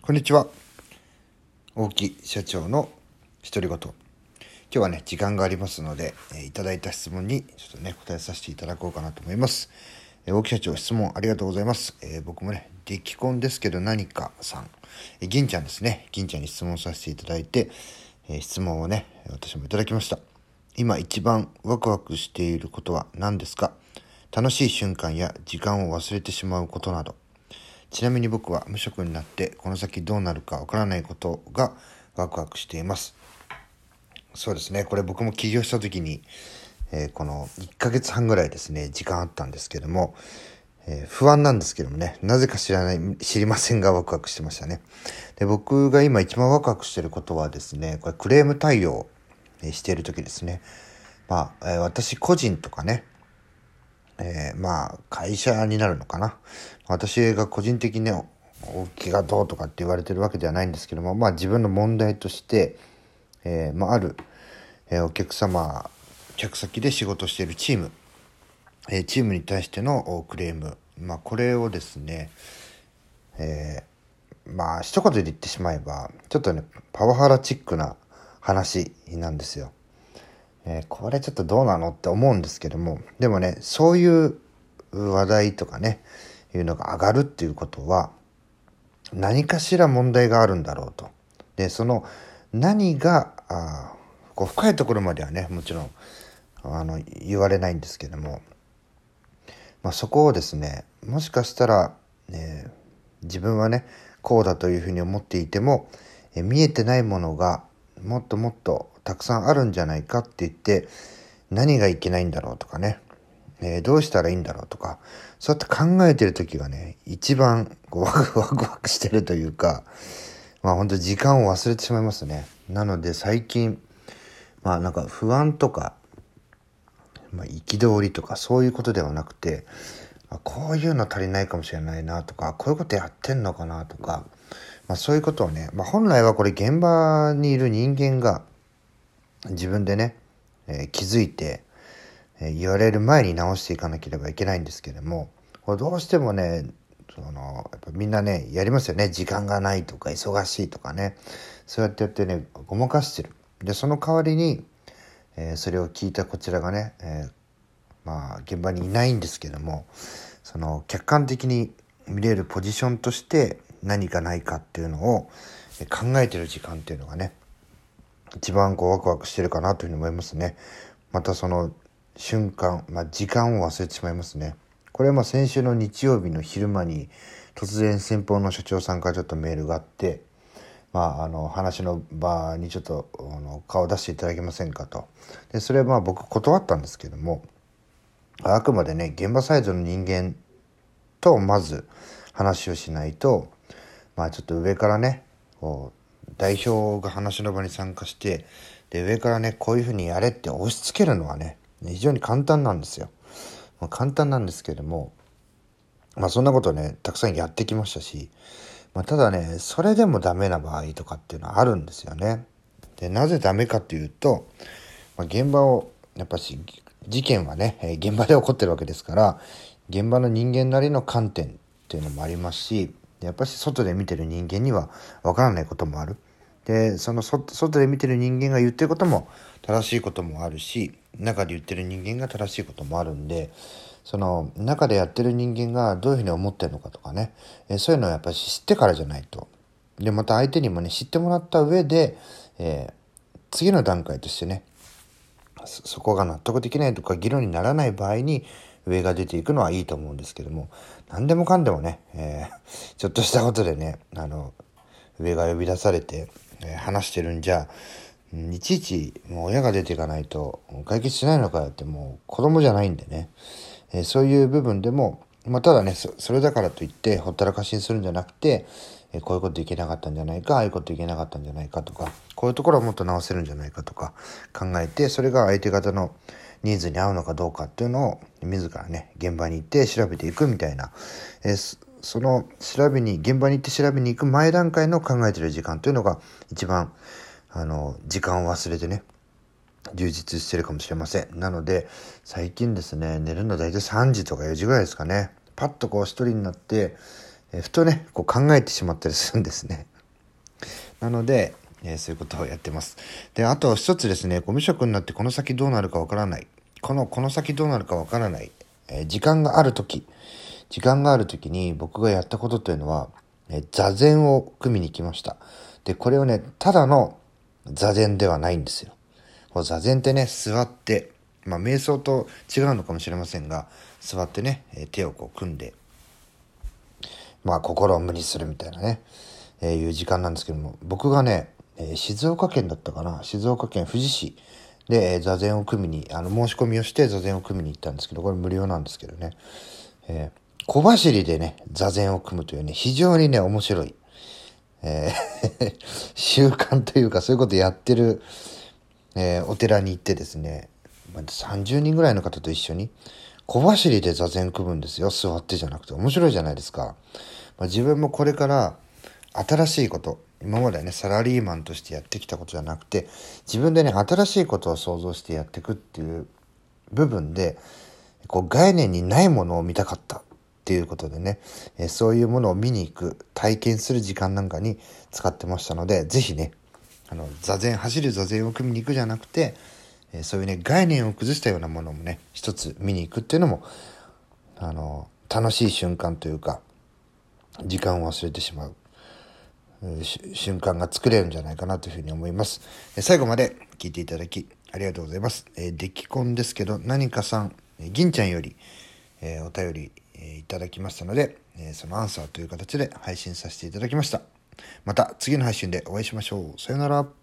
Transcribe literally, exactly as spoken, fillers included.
こんにちは。大木社長の独り言。今日はね、時間がありますので、えーいただいた質問にちょっとね、答えさせていただこうかなと思います。えー大木社長、質問ありがとうございます。えー僕もね、激婚ですけど何かさん、えー銀ちゃんですね、銀ちゃんに質問させていただいて、えー質問をね、私もいただきました。今一番ワクワクしていることは何ですか？楽しい瞬間や時間を忘れてしまうことなど。ちなみに僕は無職になってこの先どうなるかわからないことがワクワクしています。そうですね。これ僕も起業した時に、えーこのいっかげつはんぐらいですね、時間あったんですけども、えー不安なんですけどもね、なぜか知らない、知りませんがワクワクしてましたね。で、僕が今一番ワクワクしていることはですね、これクレーム対応えーしている時ですね。まあ、えー私個人とかね、えーまあ会社になるのかな。私が個人的にね、大きがどうとかって言われてるわけではないんですけども、まあ自分の問題として、えーまあある、えーお客様、客先で仕事しているチーム、えーチームに対してのおクレーム、まあこれをですね、えーまあ一言で言ってしまえば、ちょっとね、パワハラチックな話なんですよ。えーこれちょっとどうなのって思うんですけども、でもね、そういう話題とかね、いうのが上がるっていうことは、何かしら問題があるんだろうと。で、その何が、あーこう深いところまではね、もちろん、あの、言われないんですけども、まあ、そこをですね、もしかしたら、えー自分はね、こうだというふうに思っていても、えー見えてないものがもっともっとたくさんあるんじゃないかって言って、何がいけないんだろうとかね、えーどうしたらいいんだろうとか、そうやって考えてる時がね、一番こうワクワクワクしてるというか、まあ本当時間を忘れてしまいますね。なので最近、まあなんか不安とか、まあ憤りとかそういうことではなくて、あこういうの足りないかもしれないなとか、こういうことやってんのかなとか、まあそういうことをね、まあ本来はこれ現場にいる人間が自分でね、えー気づいて、えー言われる前に直していかなければいけないんですけども、これどうしてもね、そのやっぱみんなねやりますよね。時間がないとか忙しいとかね、そうやってやってねごまかしてる。でその代わりに、えーそれを聞いたこちらがね、えーまあ現場にいないんですけども、その客観的に見れるポジションとして何かないかっていうのをえー考えてる時間っていうのがね、一番こうワクワクしてるかなというふうに思いますね。またその瞬間、まあ、時間を忘れてしまいますね。これはまあ先週の日曜日の昼間に突然先方の社長さんからちょっとメールがあって、まあ、あの話の場にちょっとあの顔を出していただけませんかと。でそれはまあ僕断ったんですけども、あくまでね現場サイドの人間とまず話をしないと、まあちょっと上からねこう代表が話の場に参加して、で上からねこういうふうにやれって押し付けるのはね非常に簡単なんですよ。まあ、簡単なんですけども、まあそんなことねたくさんやってきましたし、まあ、ただねそれでもダメな場合とかっていうのはあるんですよね。でなぜダメかっていうと、まあ、現場をやっぱし事件はね、えー現場で起こってるわけですから、現場の人間なりの観点っていうのもありますし、やっぱし外で見てる人間にはわからないこともある。でそのそ外で見てる人間が言ってることも正しいこともあるし、中で言ってる人間が正しいこともあるんで、その中でやってる人間がどういうふうに思ってるのかとかね、えーそういうのをやっぱり知ってからじゃないと。でまた相手にもね知ってもらった上で、えー次の段階としてね、そそこが納得できないとか議論にならない場合に上が出ていくのはいいと思うんですけども、何でもかんでもね、えーちょっとしたことでね、あの上が呼び出されて、えー話してるんじゃ、うんいちいちもう親が出ていかないと解決しないのかよって、もう子供じゃないんでね、えーそういう部分でも、まあ、ただねそ、それだからといってほったらかしにするんじゃなくて、えーこういうこといけなかったんじゃないか、ああいうこといけなかったんじゃないかとか、こういうところはもっと直せるんじゃないかとか考えて、それが相手方のニーズに合うのかどうかっていうのを自らね現場に行って調べていくみたいな、えーそその調べに現場に行って調べに行く前段階の考えてる時間というのが一番あの時間を忘れてね充実してるかもしれません。なので最近ですね、寝るの大体さんじとかよじぐらいですかね。パッとこう一人になって、えーふとねこう考えてしまったりするんですね。 なので、えー、そういうことをやってます。で、あと一つですね、ご無職になってこの先どうなるかわからない。この、この先どうなるかわからない。えー、時間があるとき、時間があるときに僕がやったことというのは、えー、座禅を組みに来ました。で、これをね、ただの座禅ではないんですよ。こう座禅ってね、座って、まあ瞑想と違うのかもしれませんが、座ってね、えー、手をこう組んで、まあ心を無にするみたいなね、えー、いう時間なんですけども、僕がね、えー、静岡県だったかな、静岡県富士市で、えー、座禅を組みに、あの申し込みをして座禅を組みに行ったんですけど、これ無料なんですけどね、えー、小走りでね、座禅を組むというね、非常にね、面白い、えー、習慣というか、そういうことやってる、えー、お寺に行ってですね、さんじゅうにんぐらいの方と一緒に小走りで座禅組むんですよ。座ってじゃなくて。面白いじゃないですか。まあ、自分もこれから新しいこと、今までねサラリーマンとしてやってきたことじゃなくて、自分でね新しいことを想像してやっていくっていう部分で、こう概念にないものを見たかったっていうことでね、えー、そういうものを見に行く、体験する時間なんかに使ってましたので、ぜひね、あの座禅、走る座禅を組みに行くじゃなくて、えー、そういうね概念を崩したようなものもね一つ見に行くっていうのも、あの楽しい瞬間というか、時間を忘れてしまう瞬間が作れるんじゃないかなというふうに思います。最後まで聞いていただきありがとうございます。えー、デキコンですけど、何かさん、銀ちゃんより、えー、お便り、えー、いただきましたので、えー、そのアンサーという形で配信させていただきました。また次の配信でお会いしましょう。さよなら。